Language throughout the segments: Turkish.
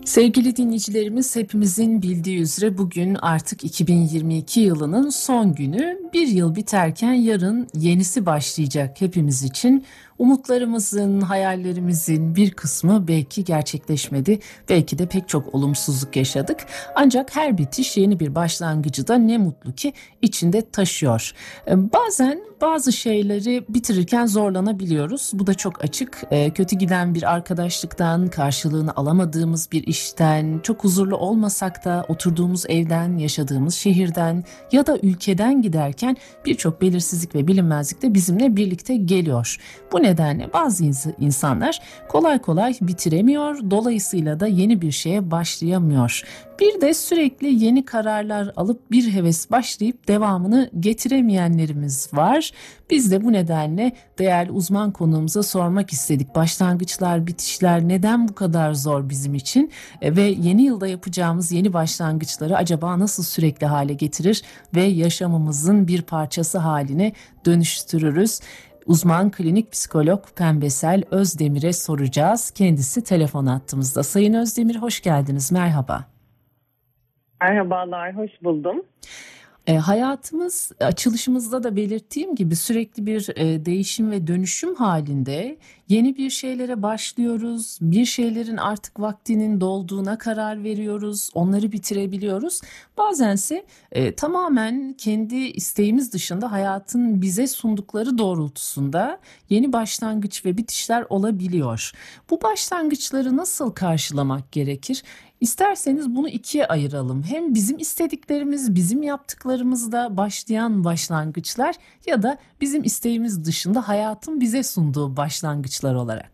Sevgili dinleyicilerimiz, hepimizin bildiği üzere bugün artık 2022 yılının son günü. Bir yıl biterken yarın yenisi başlayacak hepimiz için. Umutlarımızın, hayallerimizin bir kısmı belki gerçekleşmedi. Belki de pek çok olumsuzluk yaşadık. Ancak her bitiş yeni bir başlangıcı da ne mutlu ki içinde taşıyor. Bazen bazı şeyleri bitirirken zorlanabiliyoruz. Bu da çok açık. Kötü giden bir arkadaşlıktan, karşılığını alamadığımız bir işten, çok huzurlu olmasak da oturduğumuz evden, yaşadığımız şehirden ya da ülkeden giderken birçok belirsizlik ve bilinmezlik de bizimle birlikte geliyor. Bu nedenle bazı insanlar kolay kolay bitiremiyor, dolayısıyla da yeni bir şeye başlayamıyor. Bir de sürekli yeni kararlar alıp bir heves başlayıp devamını getiremeyenlerimiz var. Biz de bu nedenle değerli uzman konuğumuza sormak istedik. Başlangıçlar, bitişler neden bu kadar zor bizim için? Ve yeni yılda yapacağımız yeni başlangıçları acaba nasıl sürekli hale getirir ve yaşamımızın bir parçası haline dönüştürürüz? Uzman klinik psikolog Pembesel Özdemir'e soracağız. Kendisi telefon attığımızda. Sayın Özdemir, hoş geldiniz. Merhaba. Merhabalar, hoş buldum. Hayatımız, açılışımızda da belirttiğim gibi sürekli bir değişim ve dönüşüm halinde. Yeni bir şeylere başlıyoruz, bir şeylerin artık vaktinin dolduğuna karar veriyoruz, onları bitirebiliyoruz. Bazense tamamen kendi isteğimiz dışında hayatın bize sundukları doğrultusunda yeni başlangıç ve bitişler olabiliyor. Bu başlangıçları nasıl karşılamak gerekir? İsterseniz bunu ikiye ayıralım. Hem bizim istediklerimiz, bizim yaptıklarımızda başlayan başlangıçlar ya da bizim isteğimiz dışında hayatın bize sunduğu başlangıçlar olarak.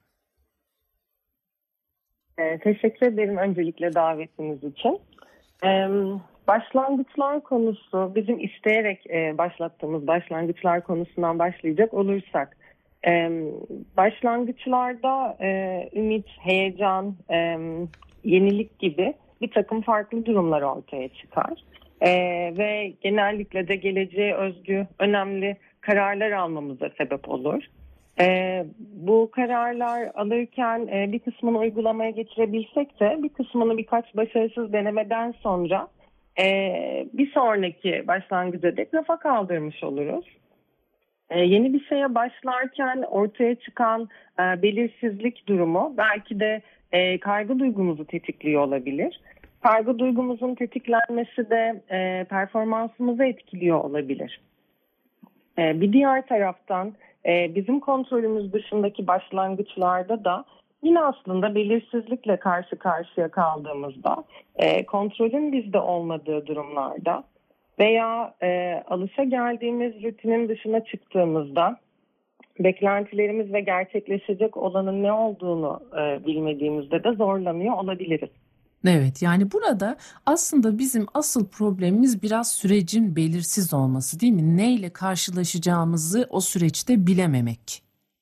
Teşekkür ederim öncelikle davetiniz için. Başlangıçlar konusu, bizim isteyerek başlattığımız başlangıçlar konusundan başlayacak olursak, başlangıçlarda ümit, heyecan, yenilik gibi bir takım farklı durumlar ortaya çıkar. Ve genellikle de geleceğe özgü önemli kararlar almamıza sebep olur. Bu kararlar alırken bir kısmını uygulamaya geçirebilsek de bir kısmını birkaç başarısız denemeden sonra bir sonraki başlangıca dek rafa kaldırmış oluruz. Yeni bir şeye başlarken ortaya çıkan belirsizlik durumu belki de kaygı duygumuzu tetikliyor olabilir. Kaygı duygumuzun tetiklenmesi de performansımızı etkiliyor olabilir. Bir diğer taraftan bizim kontrolümüz dışındaki başlangıçlarda da yine aslında belirsizlikle karşı karşıya kaldığımızda, kontrolün bizde olmadığı durumlarda veya alışageldiğimiz rutinin dışına çıktığımızda beklentilerimiz ve gerçekleşecek olanın ne olduğunu bilmediğimizde de zorlanıyor olabiliriz. Evet, yani burada aslında bizim asıl problemimiz biraz sürecin belirsiz olması, değil mi? Neyle karşılaşacağımızı o süreçte bilememek.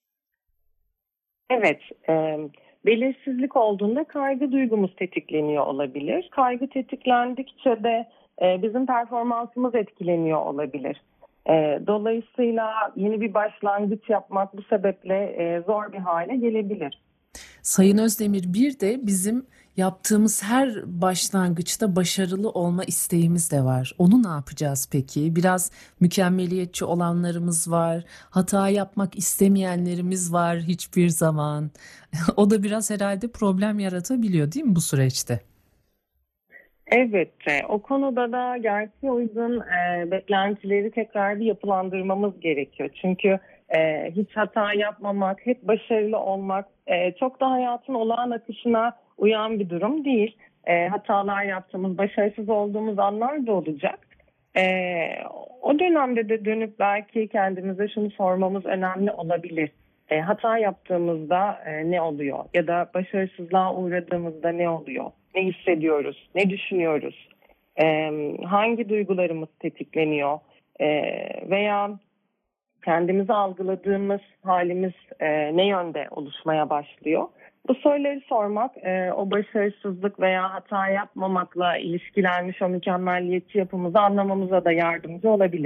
Evet, belirsizlik olduğunda kaygı duygumuz tetikleniyor olabilir. Kaygı tetiklendikçe de bizim performansımız etkileniyor olabilir. Dolayısıyla yeni bir başlangıç yapmak bu sebeple zor bir hale gelebilir. Sayın Özdemir, bir de bizim yaptığımız her başlangıçta başarılı olma isteğimiz de var. Onu ne yapacağız peki? Biraz mükemmeliyetçi olanlarımız var, hata yapmak istemeyenlerimiz var hiçbir zaman. O da biraz herhalde problem yaratabiliyor, değil mi bu süreçte? Evet, o konuda da gerçeğe uygun beklentileri tekrar bir yapılandırmamız gerekiyor. Çünkü hiç hata yapmamak, hep başarılı olmak çok da hayatın olağan akışına uyan bir durum değil. Hatalar yaptığımız, başarısız olduğumuz anlar da olacak. E, O dönemde de dönüp belki kendimize şunu sormamız önemli olabilir. Hata yaptığımızda ne oluyor? Ya da başarısızlığa uğradığımızda ne oluyor? Ne hissediyoruz? Ne düşünüyoruz? Hangi duygularımız tetikleniyor? Veya kendimizi algıladığımız halimiz ne yönde oluşmaya başlıyor? Bu soruları sormak o başarısızlık veya hata yapmamakla ilişkilenmiş o mükemmelliyetçi yapımızı anlamamıza da yardımcı olabilir.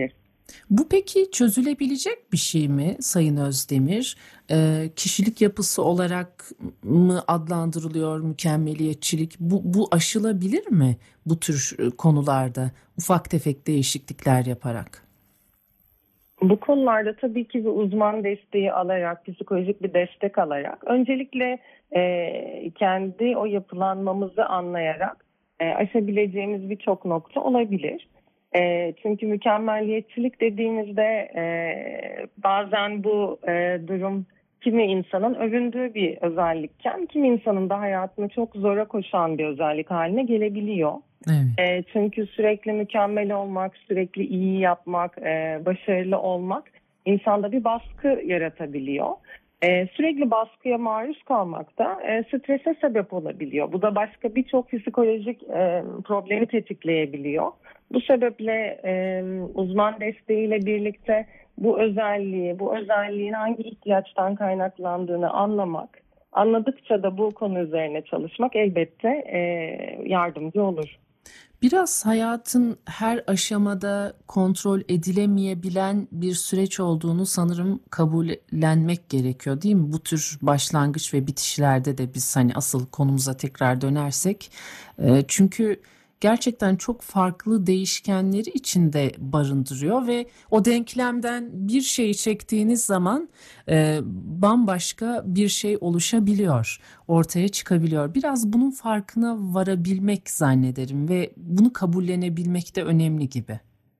Bu peki çözülebilecek bir şey mi Sayın Özdemir? Kişilik yapısı olarak mı adlandırılıyor mükemmeliyetçilik? Bu aşılabilir mi bu tür konularda ufak tefek değişiklikler yaparak? Bu konularda tabii ki bir uzman desteği alarak, psikolojik bir destek alarak, öncelikle kendi o yapılanmamızı anlayarak aşabileceğimiz birçok nokta olabilir. Çünkü mükemmeliyetçilik dediğimizde bazen bu durum kimi insanın övündüğü bir özellikken, kimi insanın da hayatını çok zora koşan bir özellik haline gelebiliyor. Evet. Çünkü sürekli mükemmel olmak, sürekli iyi yapmak, başarılı olmak insanda bir baskı yaratabiliyor. Sürekli baskıya maruz kalmak da strese sebep olabiliyor. Bu da başka birçok psikolojik problemi tetikleyebiliyor. Bu sebeple uzman desteğiyle birlikte bu özelliği, bu özelliğin hangi ihtiyaçtan kaynaklandığını anlamak, anladıkça da bu konu üzerine çalışmak elbette yardımcı olur. Biraz hayatın her aşamada kontrol edilemeyebilen bir süreç olduğunu sanırım kabullenmek gerekiyor, değil mi? Bu tür başlangıç ve bitişlerde de biz hani asıl konumuza tekrar dönersek, çünkü gerçekten çok farklı değişkenleri içinde barındırıyor ve o denklemden bir şeyi çektiğiniz zaman bambaşka bir şey oluşabiliyor, ortaya çıkabiliyor. Biraz bunun farkına varabilmek zannederim ve bunu kabullenebilmek de önemli gibi.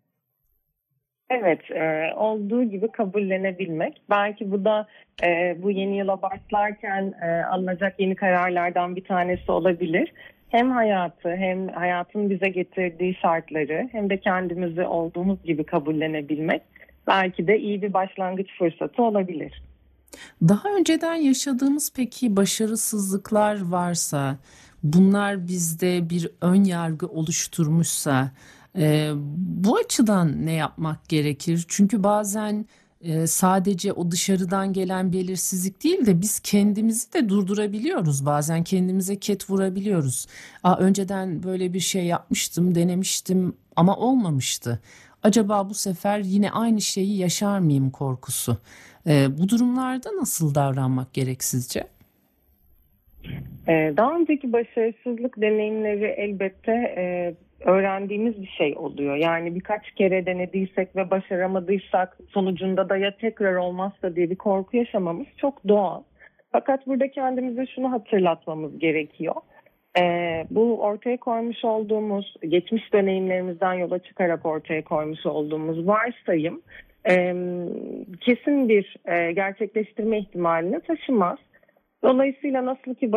Evet, olduğu gibi kabullenebilmek. Belki bu da bu yeni yıla başlarken alınacak yeni kararlardan bir tanesi olabilir. Hem hayatı, hem hayatın bize getirdiği şartları, hem de kendimizi olduğumuz gibi kabullenebilmek belki de iyi bir başlangıç fırsatı olabilir. Daha önceden yaşadığımız peki başarısızlıklar varsa, bunlar bizde bir ön yargı oluşturmuşsa, bu açıdan ne yapmak gerekir? Çünkü bazen sadece o dışarıdan gelen belirsizlik değil de biz kendimizi de durdurabiliyoruz. Bazen kendimize ket vurabiliyoruz. Önceden böyle bir şey yapmıştım, denemiştim ama olmamıştı. Acaba bu sefer yine aynı şeyi yaşar mıyım korkusu? Bu durumlarda nasıl davranmak gerek sizce? Daha önceki başarısızlık deneyimleri elbette öğrendiğimiz bir şey oluyor. Yani birkaç kere denediysek ve başaramadıysak sonucunda da ya tekrar olmazsa diye bir korku yaşamamız çok doğal. Fakat burada kendimize şunu hatırlatmamız gerekiyor. Bu ortaya koymuş olduğumuz, geçmiş deneyimlerimizden yola çıkarak ortaya koymuş olduğumuz varsayım e, kesin bir gerçekleştirme ihtimalini taşımaz. Dolayısıyla nasıl ki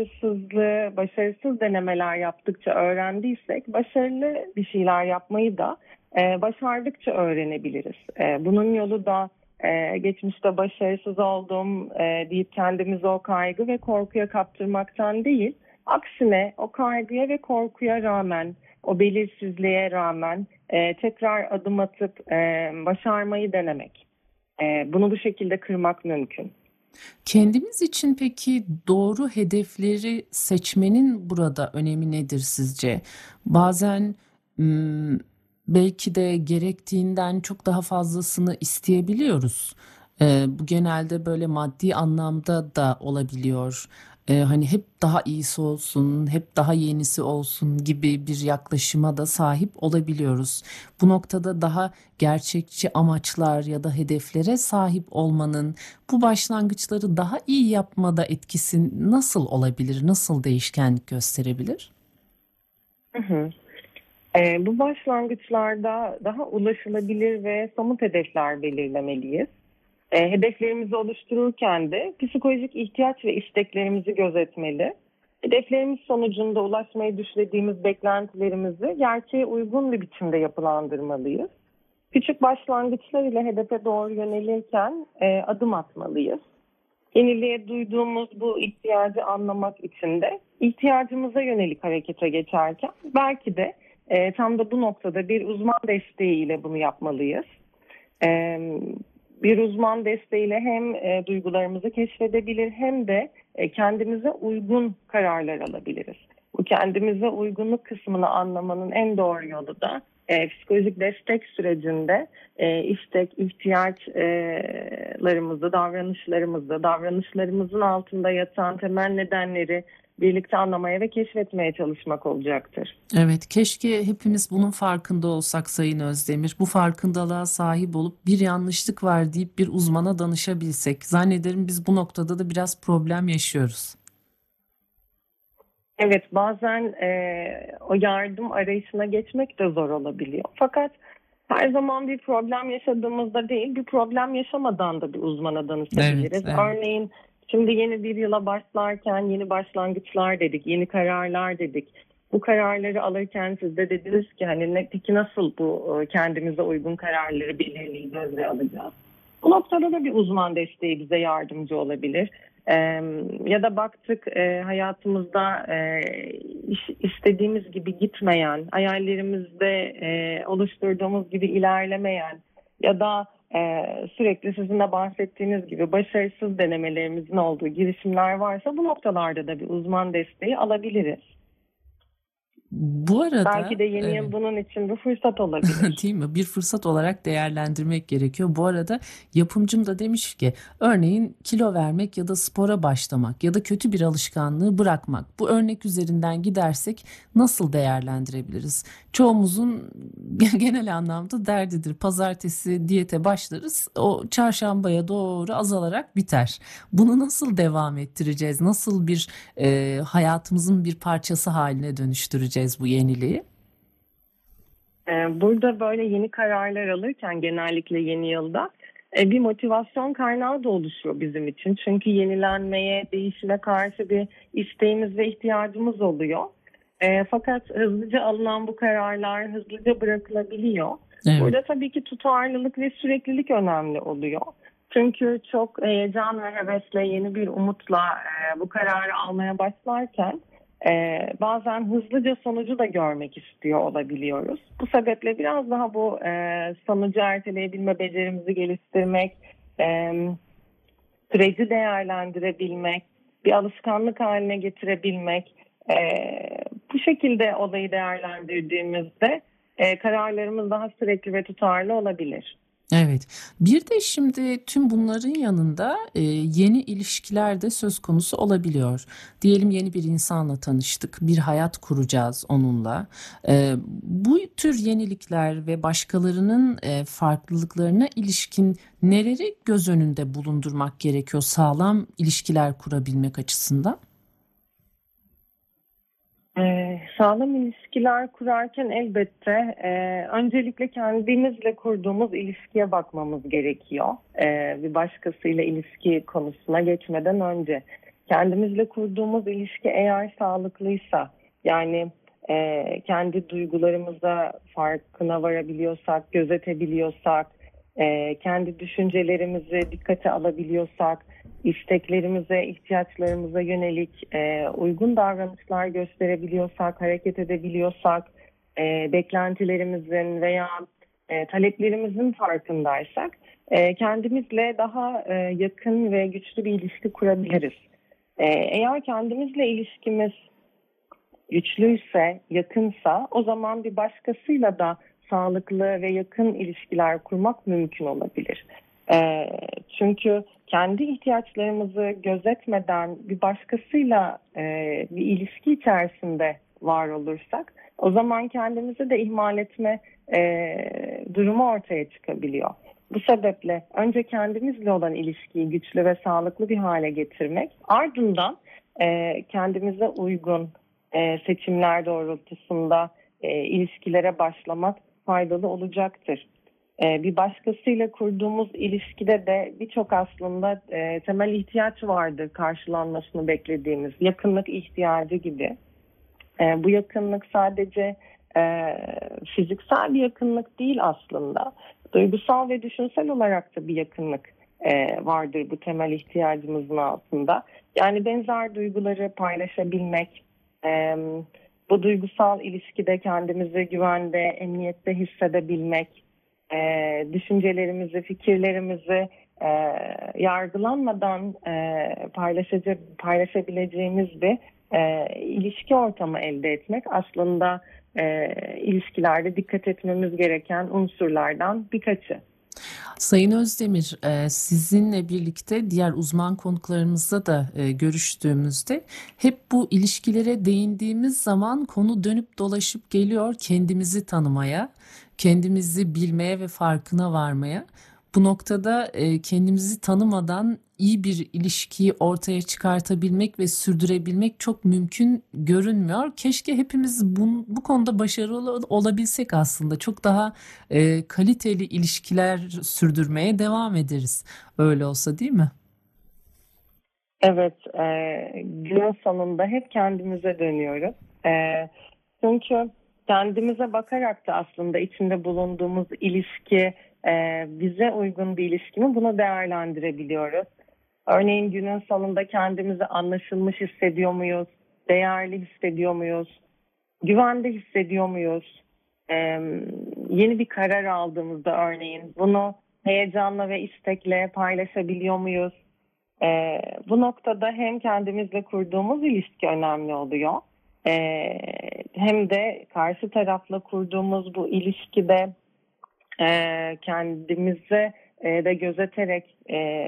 başarısız denemeler yaptıkça öğrendiysek, başarılı bir şeyler yapmayı da başardıkça öğrenebiliriz. Bunun yolu da geçmişte başarısız oldum deyip kendimizi o kaygı ve korkuya kaptırmaktan değil, aksine o kaygıya ve korkuya rağmen, o belirsizliğe rağmen tekrar adım atıp başarmayı denemek. Bunu bu şekilde kırmak mümkün. Kendimiz için peki doğru hedefleri seçmenin burada önemi nedir sizce? Bazen m, belki de gerektiğinden çok daha fazlasını isteyebiliyoruz. Bu genelde böyle maddi anlamda da olabiliyor. Hani hep daha iyisi olsun, hep daha yenisi olsun gibi bir yaklaşıma da sahip olabiliyoruz. Bu noktada daha gerçekçi amaçlar ya da hedeflere sahip olmanın bu başlangıçları daha iyi yapmada etkisi nasıl olabilir, nasıl değişkenlik gösterebilir? Hı hı. Bu başlangıçlarda daha ulaşılabilir ve somut hedefler belirlemeliyiz. Hedeflerimizi oluştururken de psikolojik ihtiyaç ve isteklerimizi gözetmeli. Hedeflerimiz sonucunda ulaşmayı düşlediğimiz beklentilerimizi gerçeğe uygun bir biçimde yapılandırmalıyız. Küçük başlangıçlar ile hedefe doğru yönelirken adım atmalıyız. Yeniliğe duyduğumuz bu ihtiyacı anlamak için de ihtiyacımıza yönelik harekete geçerken belki de tam da bu noktada bir uzman desteğiyle bunu yapmalıyız. E, Bir uzman desteğiyle hem duygularımızı keşfedebilir hem de kendimize uygun kararlar alabiliriz. Bu kendimize uygunluk kısmını anlamanın en doğru yolu da psikolojik destek sürecinde istek, ihtiyaçlarımızı, davranışlarımızın altında yatan temel nedenleri birlikte anlamaya ve keşfetmeye çalışmak olacaktır. Evet, keşke hepimiz bunun farkında olsak Sayın Özdemir. Bu farkındalığa sahip olup bir yanlışlık var deyip bir uzmana danışabilsek. Zannederim biz bu noktada da biraz problem yaşıyoruz. Evet, bazen o yardım arayışına geçmek de zor olabiliyor. Fakat her zaman bir problem yaşadığımızda değil, bir problem yaşamadan da bir uzmana Evet, danışabiliriz. evet. Örneğin şimdi yeni bir yıla başlarken yeni başlangıçlar dedik, yeni kararlar dedik. Bu kararları alırken siz de dediniz ki hani peki nasıl bu kendimize uygun kararları belirleyeceğiz ve alacağız? Bu noktada da bir uzman desteği bize yardımcı olabilir. Ya da baktık hayatımızda istediğimiz gibi gitmeyen, hayallerimizde oluşturduğumuz gibi ilerlemeyen ya da sürekli sizin de bahsettiğiniz gibi başarısız denemelerimizin olduğu girişimler varsa bu noktalarda da bir uzman desteği alabiliriz. Bu Belki arada de yeni evet. yıl bunun için bir fırsat olabilir. Değil mi? Bir fırsat olarak değerlendirmek gerekiyor. Bu arada yapımcım da demiş ki örneğin kilo vermek ya da spora başlamak ya da kötü bir alışkanlığı bırakmak. Bu örnek üzerinden gidersek nasıl değerlendirebiliriz? Çoğumuzun genel anlamda derdidir. Pazartesi diyete başlarız. O çarşambaya doğru azalarak biter. Bunu nasıl devam ettireceğiz? Nasıl bir hayatımızın bir parçası haline dönüştüreceğiz bu yeniliği? Burada böyle yeni kararlar alırken genellikle yeni yılda bir motivasyon kaynağı da oluşuyor bizim için. Çünkü yenilenmeye, değişime karşı bir isteğimiz ve ihtiyacımız oluyor. Fakat hızlıca alınan bu kararlar hızlıca bırakılabiliyor. Evet. Burada tabii ki tutarlılık ve süreklilik önemli oluyor. Çünkü çok heyecan ve hevesle, yeni bir umutla bu kararı almaya başlarken bazen hızlıca sonucu da görmek istiyor olabiliyoruz. Bu sebeple biraz daha bu sonucu erteleyebilme becerimizi geliştirmek, e, süreci değerlendirebilmek, bir alışkanlık haline getirebilmek, e, bu şekilde olayı değerlendirdiğimizde kararlarımız daha sürekli ve tutarlı olabilir. Evet. Bir de şimdi tüm bunların yanında yeni ilişkiler de söz konusu olabiliyor. Diyelim yeni bir insanla tanıştık, bir hayat kuracağız onunla. Bu tür yenilikler ve başkalarının farklılıklarına ilişkin neleri göz önünde bulundurmak gerekiyor sağlam ilişkiler kurabilmek açısından? Sağlam ilişkiler kurarken elbette öncelikle kendimizle kurduğumuz ilişkiye bakmamız gerekiyor. Bir başkasıyla ilişki konusuna geçmeden önce. Kendimizle kurduğumuz ilişki eğer sağlıklıysa, yani kendi duygularımıza farkına varabiliyorsak, gözetebiliyorsak, kendi düşüncelerimizi dikkate alabiliyorsak, isteklerimize, ihtiyaçlarımıza yönelik uygun davranışlar gösterebiliyorsak, hareket edebiliyorsak, beklentilerimizin veya taleplerimizin farkındaysak, kendimizle daha yakın ve güçlü bir ilişki kurabiliriz. Eğer kendimizle ilişkimiz güçlüyse, yakınsa o zaman bir başkasıyla da sağlıklı ve yakın ilişkiler kurmak mümkün olabilir. Çünkü kendi ihtiyaçlarımızı gözetmeden bir başkasıyla bir ilişki içerisinde var olursak o zaman kendimizi de ihmal etme durumu ortaya çıkabiliyor. Bu sebeple önce kendimizle olan ilişkiyi güçlü ve sağlıklı bir hale getirmek, ardından kendimize uygun seçimler doğrultusunda ilişkilere başlamak faydalı olacaktır. Bir başkasıyla kurduğumuz ilişkide de birçok aslında temel ihtiyaç vardır karşılanmasını beklediğimiz yakınlık ihtiyacı gibi. Bu yakınlık sadece fiziksel bir yakınlık değil aslında. Duygusal ve düşünsel olarak da bir yakınlık vardır bu temel ihtiyacımızın altında. Yani benzer duyguları paylaşabilmek, bu duygusal ilişkide kendimizi güvende, emniyette hissedebilmek, düşüncelerimizi, fikirlerimizi yargılanmadan paylaşabileceğimiz bir ilişki ortamı elde etmek aslında ilişkilerde dikkat etmemiz gereken unsurlardan birkaçı. Sayın Özdemir, sizinle birlikte diğer uzman konuklarımızla da görüştüğümüzde hep bu ilişkilere değindiğimiz zaman konu dönüp dolaşıp geliyor kendimizi tanımaya, kendimizi bilmeye ve farkına varmaya. Bu noktada kendimizi tanımadan iyi bir ilişkiyi ortaya çıkartabilmek ve sürdürebilmek çok mümkün görünmüyor. Keşke hepimiz bu konuda başarılı olabilsek aslında. Çok daha kaliteli ilişkiler sürdürmeye devam ederiz. Öyle olsa değil mi? Evet, günün sonunda hep kendimize dönüyoruz. Çünkü kendimize bakarak da aslında içinde bulunduğumuz ilişki bize uygun bir ilişki mi bunu değerlendirebiliyoruz. Örneğin günün sonunda kendimizi anlaşılmış hissediyor muyuz? Değerli hissediyor muyuz? Güvende hissediyor muyuz? Yeni bir karar aldığımızda örneğin bunu heyecanla ve istekle paylaşabiliyor muyuz? Bu noktada hem kendimizle kurduğumuz ilişki önemli oluyor. Hem de karşı tarafla kurduğumuz bu ilişkide kendimize de gözeterek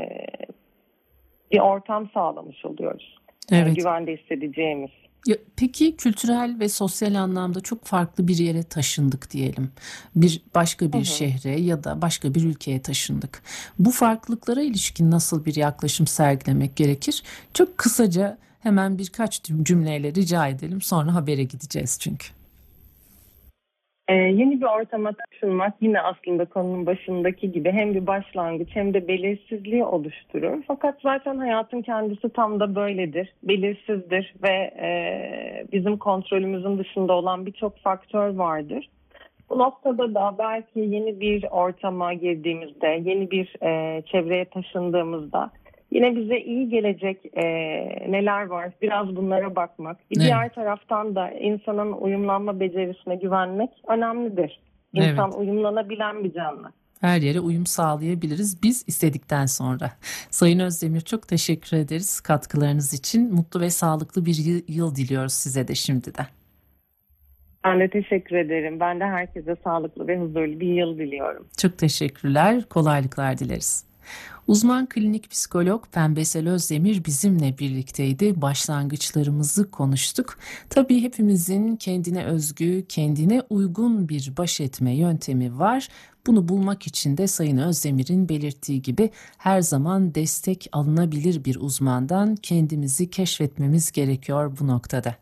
bir ortam sağlamış oluyoruz. Evet. Güvende hissedeceğimiz. Peki kültürel ve sosyal anlamda çok farklı bir yere taşındık diyelim. Başka Hı bir hı. şehre ya da başka bir ülkeye taşındık. Bu farklılıklara ilişkin nasıl bir yaklaşım sergilemek gerekir? Çok kısaca hemen birkaç cümleyle rica edelim. Sonra habere gideceğiz çünkü. Yeni bir ortama taşınmak yine aslında konunun başındaki gibi hem bir başlangıç hem de belirsizliği oluşturur. Fakat zaten hayatın kendisi tam da böyledir, belirsizdir ve bizim kontrolümüzün dışında olan birçok faktör vardır. Bu noktada da belki yeni bir ortama girdiğimizde, yeni bir çevreye taşındığımızda yine bize iyi gelecek neler var biraz bunlara bakmak. Bir Evet, diğer taraftan da insanın uyumlanma becerisine güvenmek önemlidir. evet. İnsan uyumlanabilen bir canlı. Her yere uyum sağlayabiliriz biz istedikten sonra. Sayın Özdemir çok teşekkür ederiz katkılarınız için. Mutlu ve sağlıklı bir yıl diliyoruz size de şimdiden. Ben de teşekkür ederim. Ben de herkese sağlıklı ve huzurlu bir yıl diliyorum. Çok teşekkürler, kolaylıklar dileriz. Uzman klinik psikolog Pembesel Özdemir bizimle birlikteydi. Başlangıçlarımızı konuştuk. Tabii hepimizin kendine özgü, kendine uygun bir baş etme yöntemi var. Bunu bulmak için de Sayın Özdemir'in belirttiği gibi her zaman destek alınabilir bir uzmandan kendimizi keşfetmemiz gerekiyor bu noktada.